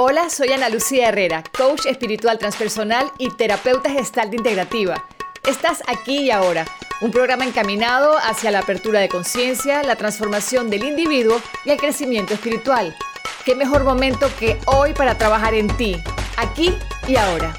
Hola, soy Ana Lucía Herrera, coach espiritual transpersonal y terapeuta gestalt integrativa. Estás aquí y ahora, un programa encaminado hacia la apertura de conciencia, la transformación del individuo y el crecimiento espiritual. ¿Qué mejor momento que hoy para trabajar en ti, aquí y ahora?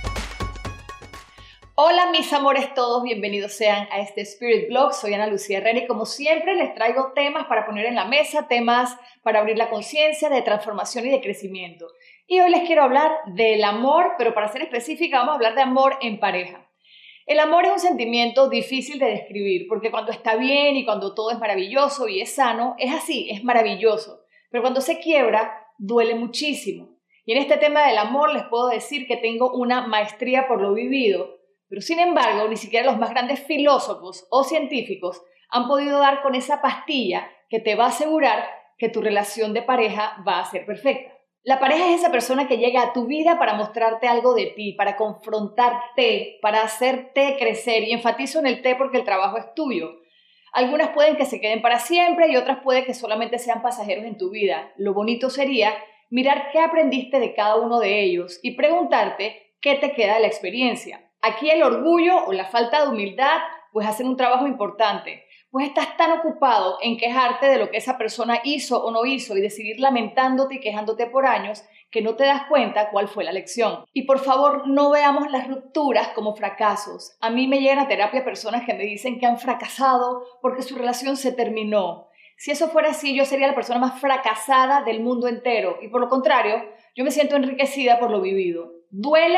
Hola mis amores todos, bienvenidos sean a este Spirit Blog. Soy Ana Lucía Herrera y como siempre les traigo temas para poner en la mesa, temas para abrir la conciencia, de transformación y de crecimiento. Y hoy les quiero hablar del amor, pero para ser específica vamos a hablar de amor en pareja. El amor es un sentimiento difícil de describir porque cuando está bien y cuando todo es maravilloso y es sano, es así, es maravilloso. Pero cuando se quiebra, duele muchísimo. Y en este tema del amor les puedo decir que tengo una maestría por lo vivido. Pero sin embargo, ni siquiera los más grandes filósofos o científicos han podido dar con esa pastilla que te va a asegurar que tu relación de pareja va a ser perfecta. La pareja es esa persona que llega a tu vida para mostrarte algo de ti, para confrontarte, para hacerte crecer. Y enfatizo en el té porque el trabajo es tuyo. Algunas pueden que se queden para siempre y otras pueden que solamente sean pasajeros en tu vida. Lo bonito sería mirar qué aprendiste de cada uno de ellos y preguntarte qué te queda de la experiencia. Aquí el orgullo o la falta de humildad pues hacen un trabajo importante, pues estás tan ocupado en quejarte de lo que esa persona hizo o no hizo y de seguir lamentándote y quejándote por años que no te das cuenta cuál fue la lección. Y por favor no veamos las rupturas como fracasos. A mí me llegan a terapia personas que me dicen que han fracasado porque su relación se terminó. Si eso fuera así, yo sería la persona más fracasada del mundo entero y por lo contrario, yo me siento enriquecida por lo vivido. ¿Duele?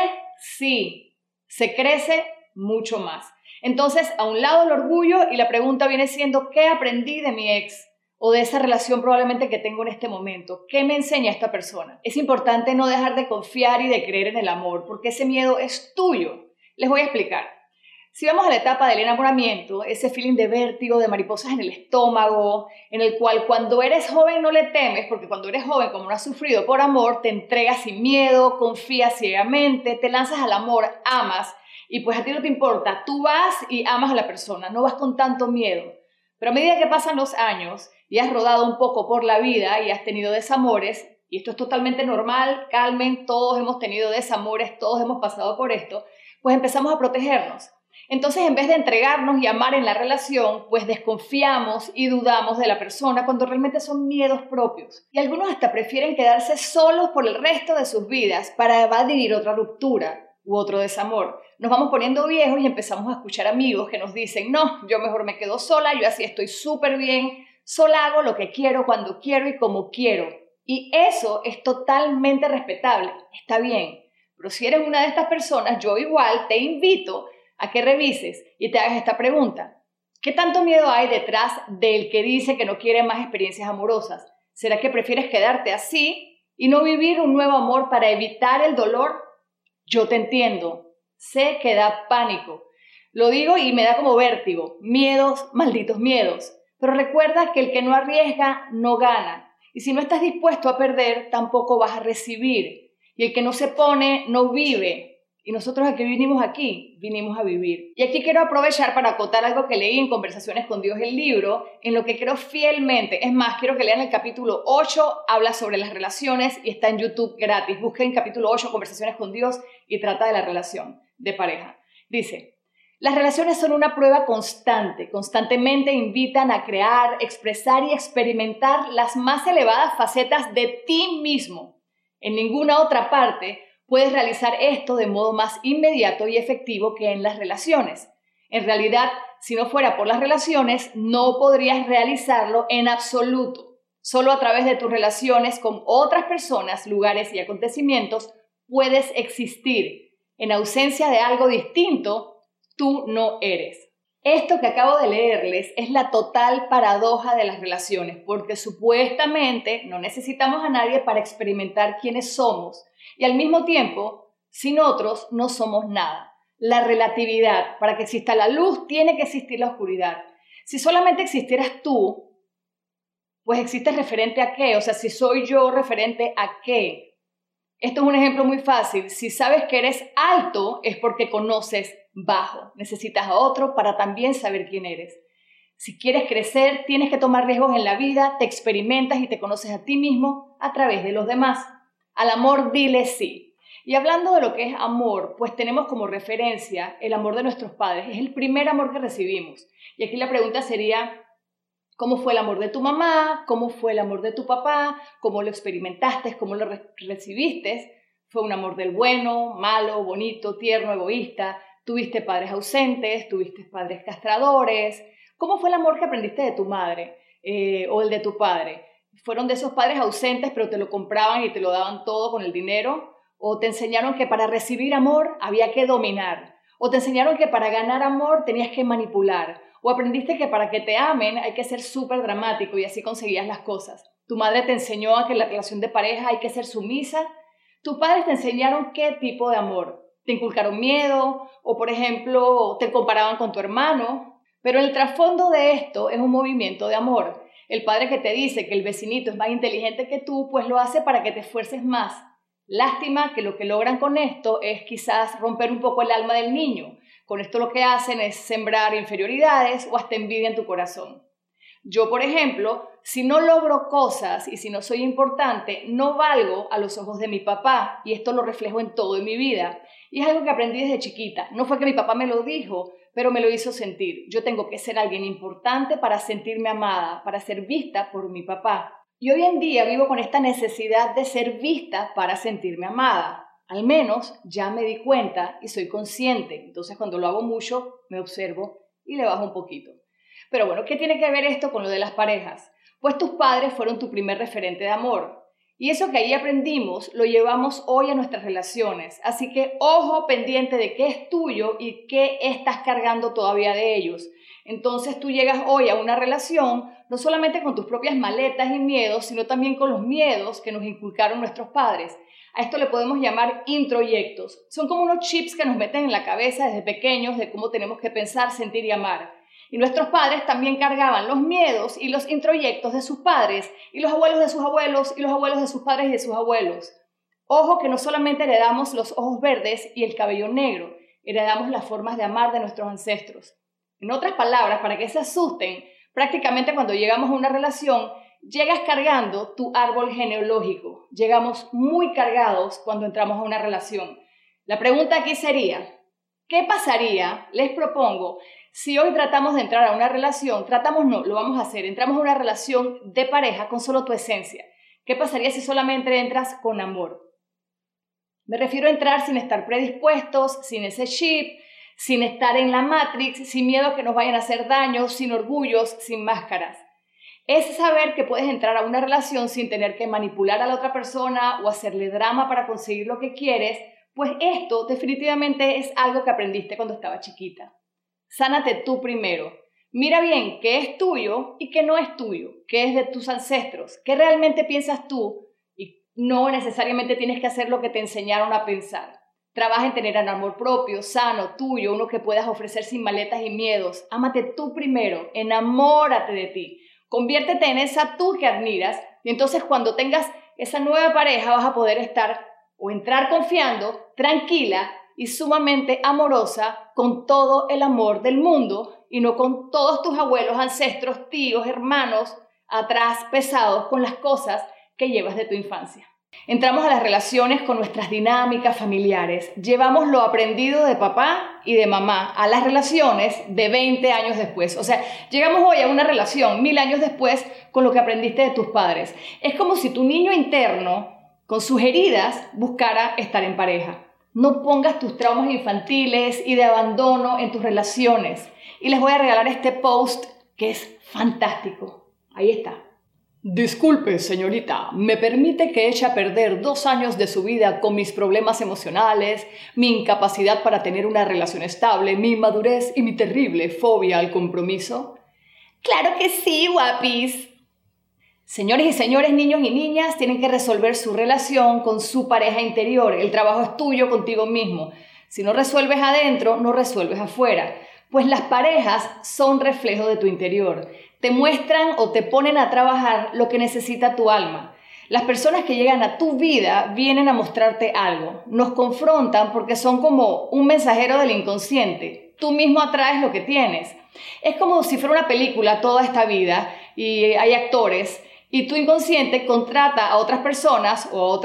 Sí. Se crece mucho más. Entonces, a un lado el orgullo y la pregunta viene siendo, ¿qué aprendí de mi ex o de esa relación probablemente que tengo en este momento? ¿Qué me enseña esta persona? Es importante no dejar de confiar y de creer en el amor, porque ese miedo es tuyo. Les voy a explicar. Si vamos a la etapa del enamoramiento, ese feeling de vértigo, de mariposas en el estómago, en el cual cuando eres joven no le temes, porque cuando eres joven, como no has sufrido por amor, te entregas sin miedo, confías ciegamente, te lanzas al amor, amas, y pues a ti no te importa, tú vas y amas a la persona, no vas con tanto miedo. Pero a medida que pasan los años y has rodado un poco por la vida y has tenido desamores, y esto es totalmente normal, calmen, todos hemos tenido desamores, todos hemos pasado por esto, pues empezamos a protegernos. Entonces, en vez de entregarnos y amar en la relación, pues desconfiamos y dudamos de la persona cuando realmente son miedos propios. Y algunos hasta prefieren quedarse solos por el resto de sus vidas para evadir otra ruptura u otro desamor. Nos vamos poniendo viejos y empezamos a escuchar amigos que nos dicen, no, yo mejor me quedo sola, yo así estoy súper bien, sola hago lo que quiero, cuando quiero y como quiero. Y eso es totalmente respetable, está bien. Pero si eres una de estas personas, yo igual te invito a que revises y te hagas esta pregunta. ¿Qué tanto miedo hay detrás del que dice que no quiere más experiencias amorosas? ¿Será que prefieres quedarte así y no vivir un nuevo amor para evitar el dolor? Yo te entiendo. Sé que da pánico. Lo digo y me da como vértigo. Miedos, malditos miedos. Pero recuerda que el que no arriesga no gana. Y si no estás dispuesto a perder, tampoco vas a recibir. Y el que no se pone, no vive. Y nosotros aquí vinimos a vivir. Y aquí quiero aprovechar para acotar algo que leí en Conversaciones con Dios, el libro, en lo que creo fielmente. Es más, quiero que lean el capítulo 8, habla sobre las relaciones y está en YouTube gratis. Busquen capítulo 8, Conversaciones con Dios, y trata de la relación de pareja. Dice, las relaciones son una prueba constante. Constantemente invitan a crear, expresar y experimentar las más elevadas facetas de ti mismo. En ninguna otra parte puedes realizar esto de modo más inmediato y efectivo que en las relaciones. En realidad, si no fuera por las relaciones, no podrías realizarlo en absoluto. Solo a través de tus relaciones con otras personas, lugares y acontecimientos puedes existir. En ausencia de algo distinto, tú no eres. Esto que acabo de leerles es la total paradoja de las relaciones, porque supuestamente no necesitamos a nadie para experimentar quiénes somos y al mismo tiempo, sin otros no somos nada. La relatividad, para que exista la luz, tiene que existir la oscuridad. Si solamente existieras tú, pues existe referente a qué, o sea, si soy yo referente a qué. Esto es un ejemplo muy fácil. Si sabes que eres alto, es porque conoces bajo. Necesitas a otro para también saber quién eres. Si quieres crecer, tienes que tomar riesgos en la vida, te experimentas y te conoces a ti mismo a través de los demás. Al amor dile sí. Y hablando de lo que es amor, pues tenemos como referencia el amor de nuestros padres. Es el primer amor que recibimos. Y aquí la pregunta sería, ¿cómo fue el amor de tu mamá? ¿Cómo fue el amor de tu papá? ¿Cómo lo experimentaste? ¿Cómo lo recibiste? ¿Fue un amor del bueno, malo, bonito, tierno, egoísta? ¿Tuviste padres ausentes? ¿Tuviste padres castradores? ¿Cómo fue el amor que aprendiste de tu madre o el de tu padre? ¿Fueron de esos padres ausentes pero te lo compraban y te lo daban todo con el dinero? ¿O te enseñaron que para recibir amor había que dominar? ¿O te enseñaron que para ganar amor tenías que manipular? ¿O aprendiste que para que te amen hay que ser súper dramático y así conseguías las cosas? ¿Tu madre te enseñó a que en la relación de pareja hay que ser sumisa? ¿Tus padres te enseñaron qué tipo de amor? ¿Te inculcaron miedo? ¿O, por ejemplo, te comparaban con tu hermano? Pero el trasfondo de esto es un movimiento de amor. El padre que te dice que el vecinito es más inteligente que tú, pues lo hace para que te esfuerces más. Lástima que lo que logran con esto es quizás romper un poco el alma del niño. Con esto lo que hacen es sembrar inferioridades o hasta envidia en tu corazón. Yo, por ejemplo, si no logro cosas y si no soy importante, no valgo a los ojos de mi papá, y esto lo reflejo en todo en mi vida. Y es algo que aprendí desde chiquita. No fue que mi papá me lo dijo, pero me lo hizo sentir. Yo tengo que ser alguien importante para sentirme amada, para ser vista por mi papá. Y hoy en día vivo con esta necesidad de ser vista para sentirme amada. Al menos ya me di cuenta y soy consciente. Entonces cuando lo hago mucho, me observo y le bajo un poquito. Pero bueno, ¿qué tiene que ver esto con lo de las parejas? Pues tus padres fueron tu primer referente de amor. Y eso que ahí aprendimos lo llevamos hoy a nuestras relaciones. Así que ojo pendiente de qué es tuyo y qué estás cargando todavía de ellos. Entonces tú llegas hoy a una relación no solamente con tus propias maletas y miedos, sino también con los miedos que nos inculcaron nuestros padres. A esto le podemos llamar introyectos. Son como unos chips que nos meten en la cabeza desde pequeños de cómo tenemos que pensar, sentir y amar. Y nuestros padres también cargaban los miedos y los introyectos de sus padres, y los abuelos de sus abuelos, y los abuelos de sus padres y de sus abuelos. Ojo que no solamente heredamos los ojos verdes y el cabello negro, heredamos las formas de amar de nuestros ancestros. En otras palabras, para que se asusten, prácticamente cuando llegamos a una relación, llegas cargando tu árbol genealógico. Llegamos muy cargados cuando entramos a una relación. La pregunta aquí sería, ¿qué pasaría, les propongo, si hoy tratamos de entrar a una relación, lo vamos a hacer, entramos a una relación de pareja con solo tu esencia? ¿Qué pasaría si solamente entras con amor? Me refiero a entrar sin estar predispuestos, sin ese chip, sin estar en la Matrix, sin miedo a que nos vayan a hacer daño, sin orgullos, sin máscaras. Es saber que puedes entrar a una relación sin tener que manipular a la otra persona o hacerle drama para conseguir lo que quieres, pues esto definitivamente es algo que aprendiste cuando estaba chiquita. Sánate tú primero. Mira bien qué es tuyo y qué no es tuyo, qué es de tus ancestros, qué realmente piensas tú y no necesariamente tienes que hacer lo que te enseñaron a pensar. Trabaja en tener un amor propio, sano, tuyo, uno que puedas ofrecer sin maletas y miedos. Ámate tú primero, enamórate de ti, conviértete en esa tú que admiras y entonces cuando tengas esa nueva pareja vas a poder estar o entrar confiando, tranquila y sumamente amorosa con todo el amor del mundo y no con todos tus abuelos, ancestros, tíos, hermanos atrás pesados con las cosas que llevas de tu infancia. Entramos a las relaciones con nuestras dinámicas familiares. Llevamos lo aprendido de papá y de mamá a las relaciones de 20 años después. O sea, llegamos hoy a una relación 1000 años después con lo que aprendiste de tus padres. Es como si tu niño interno, con sus heridas, buscara estar en pareja. No pongas tus traumas infantiles y de abandono en tus relaciones. Y les voy a regalar este post que es fantástico. Ahí está. Disculpe, señorita, ¿me permite que eche a perder 2 años de su vida con mis problemas emocionales, mi incapacidad para tener una relación estable, mi inmadurez y mi terrible fobia al compromiso? ¡Claro que sí, guapis! Señores y señores, niños y niñas, tienen que resolver su relación con su pareja interior. El trabajo es tuyo contigo mismo. Si no resuelves adentro, no resuelves afuera. Pues las parejas son reflejo de tu interior. Te muestran o te ponen a trabajar lo que necesita tu alma. Las personas que llegan a tu vida vienen a mostrarte algo. Nos confrontan porque son como un mensajero del inconsciente. Tú mismo atraes lo que tienes. Es como si fuera una película toda esta vida y hay actores y tu inconsciente contrata a otras personas o a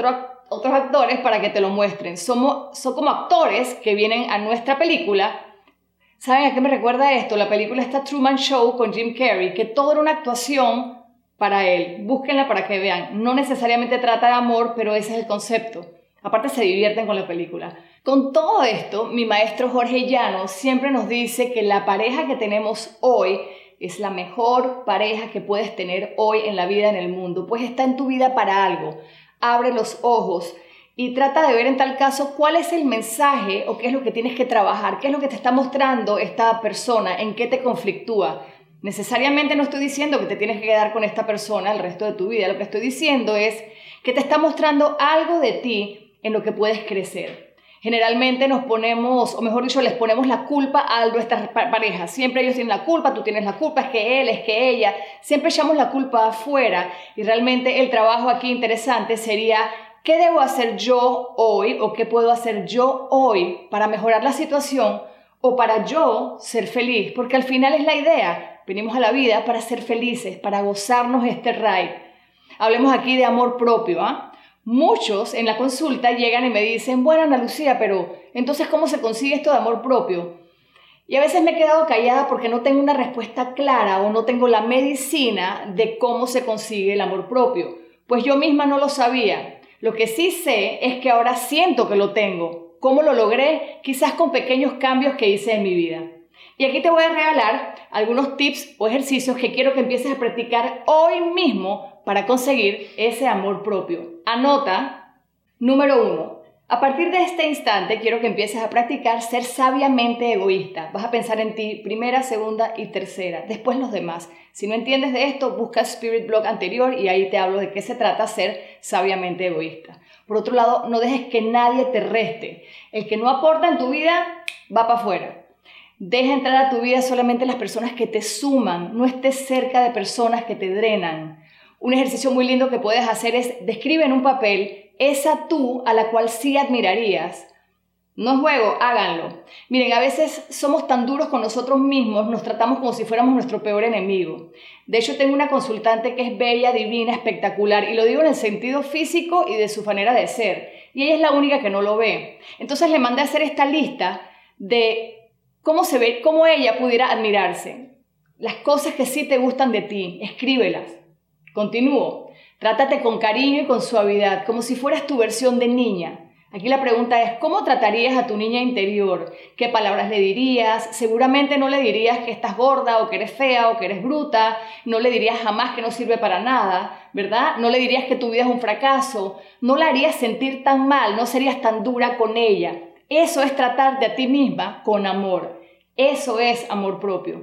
otros actores para que te lo muestren. Son como actores que vienen a nuestra película. ¿Saben a qué me recuerda esto? La película está Truman Show con Jim Carrey, que todo era una actuación para él. Búsquenla para que vean. No necesariamente trata de amor, pero ese es el concepto. Aparte se divierten con la película. Con todo esto, mi maestro Jorge Llanos siempre nos dice que la pareja que tenemos hoy es la mejor pareja que puedes tener hoy en la vida, en el mundo, pues está en tu vida para algo. Abre los ojos y trata de ver en tal caso cuál es el mensaje o qué es lo que tienes que trabajar, qué es lo que te está mostrando esta persona, en qué te conflictúa. Necesariamente no estoy diciendo que te tienes que quedar con esta persona el resto de tu vida. Lo que estoy diciendo es que te está mostrando algo de ti en lo que puedes crecer. Generalmente nos ponemos, o mejor dicho, les ponemos la culpa a nuestras parejas. Siempre ellos tienen la culpa, tú tienes la culpa, es que él, es que ella. Siempre echamos la culpa afuera y realmente el trabajo aquí interesante sería ¿qué debo hacer yo hoy o qué puedo hacer yo hoy para mejorar la situación o para yo ser feliz? Porque al final es la idea. Venimos a la vida para ser felices, para gozarnos este ride. Hablemos aquí de amor propio, ¿ah? Muchos en la consulta llegan y me dicen, bueno, Ana Lucía, pero entonces ¿cómo se consigue esto de amor propio? Y a veces me he quedado callada porque no tengo una respuesta clara o no tengo la medicina de cómo se consigue el amor propio. Pues yo misma no lo sabía. Lo que sí sé es que ahora siento que lo tengo. ¿Cómo lo logré? Quizás con pequeños cambios que hice en mi vida. Y aquí te voy a regalar algunos tips o ejercicios que quiero que empieces a practicar hoy mismo para conseguir ese amor propio. Anota, número 1. A partir de este instante quiero que empieces a practicar ser sabiamente egoísta. Vas a pensar en ti primera, segunda y tercera, después los demás. Si no entiendes de esto, busca Spirit Blog anterior y ahí te hablo de qué se trata ser sabiamente egoísta. Por otro lado, no dejes que nadie te reste. El que no aporta en tu vida va para afuera. Deja entrar a tu vida solamente las personas que te suman. No estés cerca de personas que te drenan. Un ejercicio muy lindo que puedes hacer es describe en un papel esa tú a la cual sí admirarías. No es juego, háganlo. Miren, a veces somos tan duros con nosotros mismos, nos tratamos como si fuéramos nuestro peor enemigo. De hecho, tengo una consultante que es bella, divina, espectacular, y lo digo en el sentido físico y de su manera de ser. Y ella es la única que no lo ve. Entonces le mandé a hacer esta lista de cómo se ve, cómo ella pudiera admirarse. Las cosas que sí te gustan de ti, escríbelas. Continúo. Trátate con cariño y con suavidad, como si fueras tu versión de niña. Aquí la pregunta es, ¿cómo tratarías a tu niña interior? ¿Qué palabras le dirías? Seguramente no le dirías que estás gorda o que eres fea o que eres bruta. No le dirías jamás que no sirve para nada, ¿verdad? No le dirías que tu vida es un fracaso. No la harías sentir tan mal, no serías tan dura con ella. Eso es tratar de a ti misma con amor. Eso es amor propio.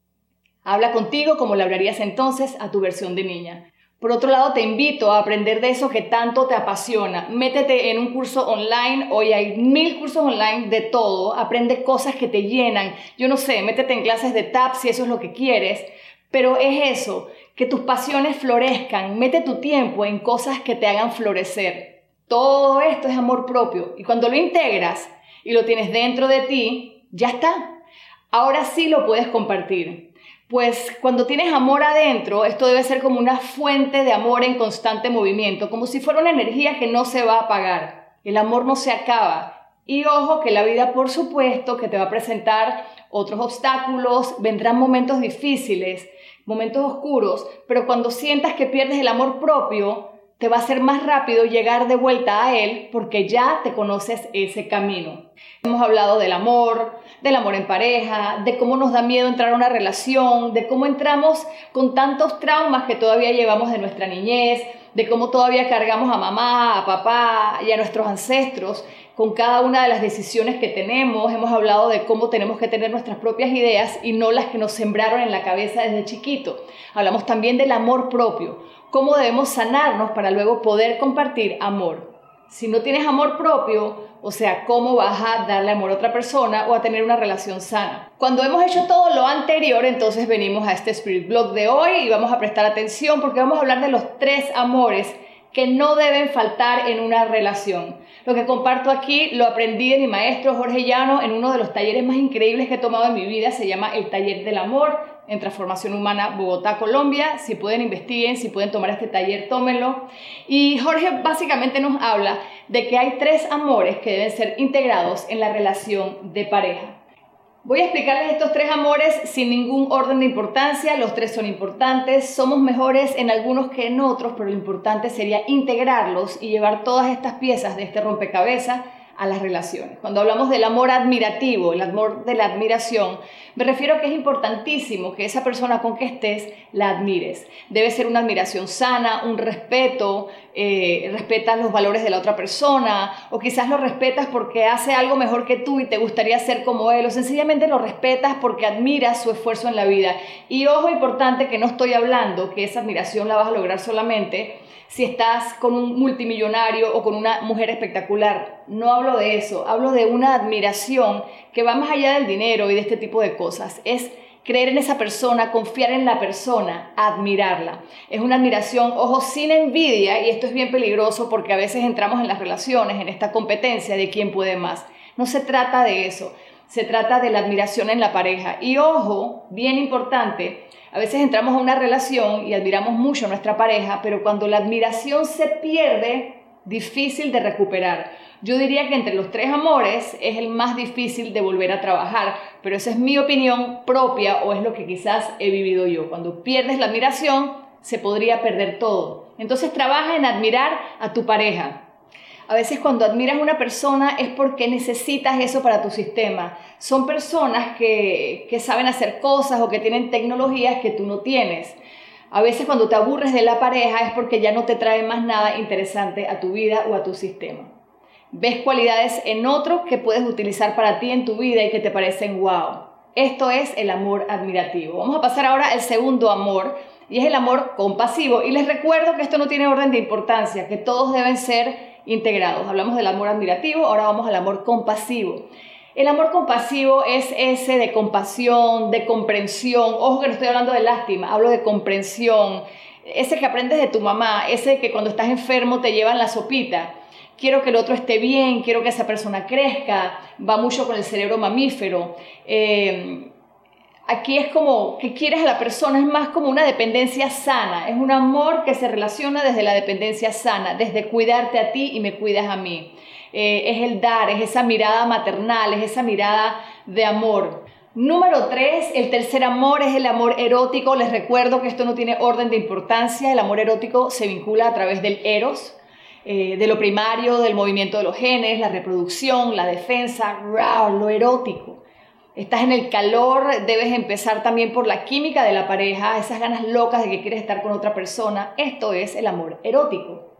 Habla contigo como le hablarías entonces a tu versión de niña. Por otro lado, te invito a aprender de eso que tanto te apasiona. Métete en un curso online, hoy hay 1000 cursos online de todo. Aprende cosas que te llenan. Yo no sé, métete en clases de tap si eso es lo que quieres. Pero es eso, que tus pasiones florezcan. Mete tu tiempo en cosas que te hagan florecer. Todo esto es amor propio. Y cuando lo integras y lo tienes dentro de ti, ya está. Ahora sí lo puedes compartir. Pues cuando tienes amor adentro, esto debe ser como una fuente de amor en constante movimiento, como si fuera una energía que no se va a apagar. El amor no se acaba. Y ojo que la vida, por supuesto, que te va a presentar otros obstáculos, vendrán momentos difíciles, momentos oscuros, pero cuando sientas que pierdes el amor propio, te va a ser más rápido llegar de vuelta a él porque ya te conoces ese camino. Hemos hablado del amor en pareja, de cómo nos da miedo entrar a una relación, de cómo entramos con tantos traumas que todavía llevamos de nuestra niñez, de cómo todavía cargamos a mamá, a papá y a nuestros ancestros con cada una de las decisiones que tenemos. Hemos hablado de cómo tenemos que tener nuestras propias ideas y no las que nos sembraron en la cabeza desde chiquito. Hablamos también del amor propio, cómo debemos sanarnos para luego poder compartir amor. Si no tienes amor propio, o sea, ¿cómo vas a darle amor a otra persona o a tener una relación sana? Cuando hemos hecho todo lo anterior, entonces venimos a este Spirit Blog de hoy y vamos a prestar atención porque vamos a hablar de los 3 amores que no deben faltar en una relación. Lo que comparto aquí lo aprendí de mi maestro Jorge Llano en uno de los talleres más increíbles que he tomado en mi vida. Se llama el Taller del Amor. en Transformación Humana, Bogotá, Colombia. Si pueden, investiguen, si pueden tomar este taller, tómenlo. Y Jorge básicamente nos habla de que hay 3 amores que deben ser integrados en la relación de pareja. Voy a explicarles estos 3 amores sin ningún orden de importancia. Los 3 son importantes, somos mejores en algunos que en otros, pero lo importante sería integrarlos y llevar todas estas piezas de este rompecabezas a las relaciones. Cuando hablamos del amor admirativo, el amor de la admiración, me refiero a que es importantísimo que esa persona con que estés la admires. Debe ser una admiración sana, un respeto, respetas los valores de la otra persona, o quizás lo respetas porque hace algo mejor que tú y te gustaría ser como él, o sencillamente lo respetas porque admiras su esfuerzo en la vida. Y ojo, importante, que no estoy hablando que esa admiración la vas a lograr solamente si estás con un multimillonario o con una mujer espectacular. No hablo de eso, hablo de una admiración que va más allá del dinero y de este tipo de cosas. Es creer en esa persona, confiar en la persona, admirarla. Es una admiración, ojo, sin envidia, y esto es bien peligroso porque a veces entramos en las relaciones, en esta competencia de quién puede más. No se trata de eso, se trata de la admiración en la pareja. Y ojo, bien importante, a veces entramos a una relación y admiramos mucho a nuestra pareja, pero cuando la admiración se pierde, difícil de recuperar. Yo diría que entre los 3 amores es el más difícil de volver a trabajar, pero esa es mi opinión propia o es lo que quizás he vivido yo. Cuando pierdes la admiración, se podría perder todo. Entonces trabaja en admirar a tu pareja. A veces cuando admiras a una persona es porque necesitas eso para tu sistema. Son personas que saben hacer cosas o que tienen tecnologías que tú no tienes. A veces cuando te aburres de la pareja es porque ya no te trae más nada interesante a tu vida o a tu sistema. Ves cualidades en otro que puedes utilizar para ti en tu vida y que te parecen wow. Esto es el amor admirativo. Vamos a pasar ahora al segundo amor y es el amor compasivo. Y les recuerdo que esto no tiene orden de importancia, que todos deben ser integrados. Hablamos del amor admirativo, ahora vamos al amor compasivo. El amor compasivo es ese de compasión, de comprensión. Ojo que no estoy hablando de lástima, hablo de comprensión. Ese que aprendes de tu mamá, ese que cuando estás enfermo te llevan la sopita. Quiero que el otro esté bien, quiero que esa persona crezca, va mucho con el cerebro mamífero. Aquí es como que quieres a la persona, es más como una dependencia sana, es un amor que se relaciona desde la dependencia sana, desde cuidarte a ti y me cuidas a mí. Es el dar, es esa mirada maternal, es esa mirada de amor. Número 3, el tercer amor es el amor erótico. Les recuerdo que esto no tiene orden de importancia, el amor erótico se vincula a través del eros, de lo primario, del movimiento de los genes, la reproducción, la defensa, lo erótico. Estás en el calor, debes empezar también por la química de la pareja, esas ganas locas de que quieres estar con otra persona. Esto es el amor erótico.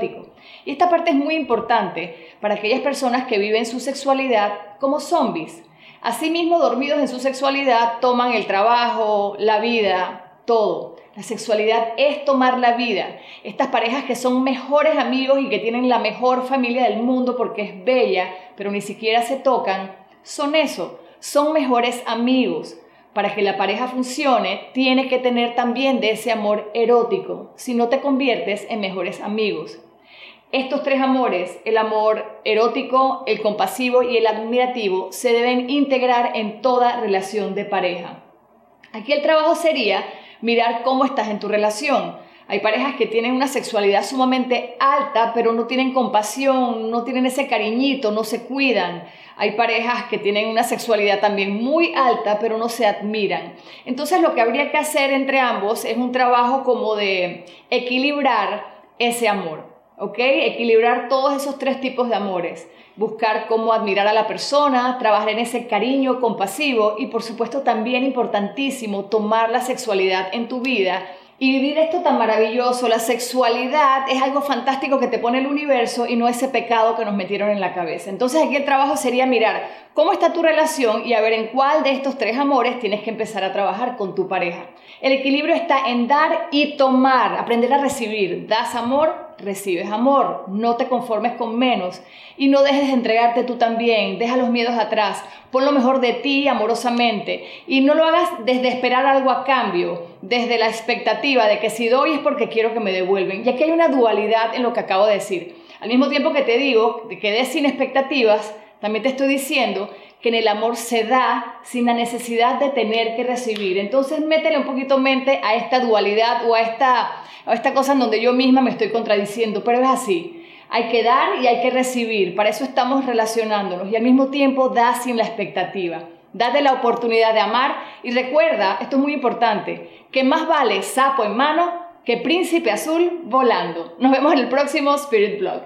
Y esta parte es muy importante para aquellas personas que viven su sexualidad como zombies. Asimismo, dormidos en su sexualidad, toman el trabajo, la vida, todo. La sexualidad es tomar la vida. Estas parejas que son mejores amigos y que tienen la mejor familia del mundo porque es bella, pero ni siquiera se tocan, son eso. Son mejores amigos. Para que la pareja funcione, tiene que tener también de ese amor erótico. Si no te conviertes en mejores amigos. Estos 3 amores, el amor erótico, el compasivo y el admirativo, se deben integrar en toda relación de pareja. Aquí el trabajo sería mirar cómo estás en tu relación. Hay parejas que tienen una sexualidad sumamente alta, pero no tienen compasión, no tienen ese cariñito, no se cuidan. Hay parejas que tienen una sexualidad también muy alta, pero no se admiran. Entonces lo que habría que hacer entre ambos es un trabajo como de equilibrar ese amor, ¿ok? Equilibrar todos esos 3 tipos de amores. Buscar cómo admirar a la persona, trabajar en ese cariño compasivo y por supuesto también importantísimo tomar la sexualidad en tu vida y vivir esto tan maravilloso. La sexualidad es algo fantástico que te pone el universo y no ese pecado que nos metieron en la cabeza. Entonces aquí el trabajo sería mirar cómo está tu relación y a ver en cuál de estos 3 amores tienes que empezar a trabajar con tu pareja. El equilibrio está en dar y tomar, aprender a recibir. Das amor, recibes amor, no te conformes con menos y no dejes de entregarte tú también, deja los miedos atrás, pon lo mejor de ti amorosamente y no lo hagas desde esperar algo a cambio, desde la expectativa de que si doy es porque quiero que me devuelven. Y aquí hay una dualidad en lo que acabo de decir. Al mismo tiempo que te digo que des sin expectativas, también te estoy diciendo que en el amor se da sin la necesidad de tener que recibir. Entonces métele un poquito mente a esta dualidad o a esta cosa en donde yo misma me estoy contradiciendo, pero es así. Hay que dar y hay que recibir, para eso estamos relacionándonos y al mismo tiempo da sin la expectativa. Date la oportunidad de amar y recuerda, esto es muy importante, que más vale sapo en mano que príncipe azul volando. Nos vemos en el próximo Spirit Blog.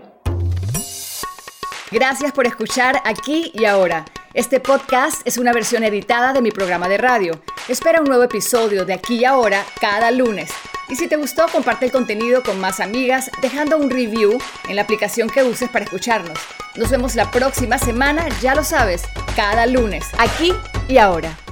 Gracias por escuchar Aquí y Ahora. Este podcast es una versión editada de mi programa de radio. Espera un nuevo episodio de Aquí y Ahora cada lunes. Y si te gustó, comparte el contenido con más amigas dejando un review en la aplicación que uses para escucharnos. Nos vemos la próxima semana, ya lo sabes, cada lunes, Aquí y Ahora.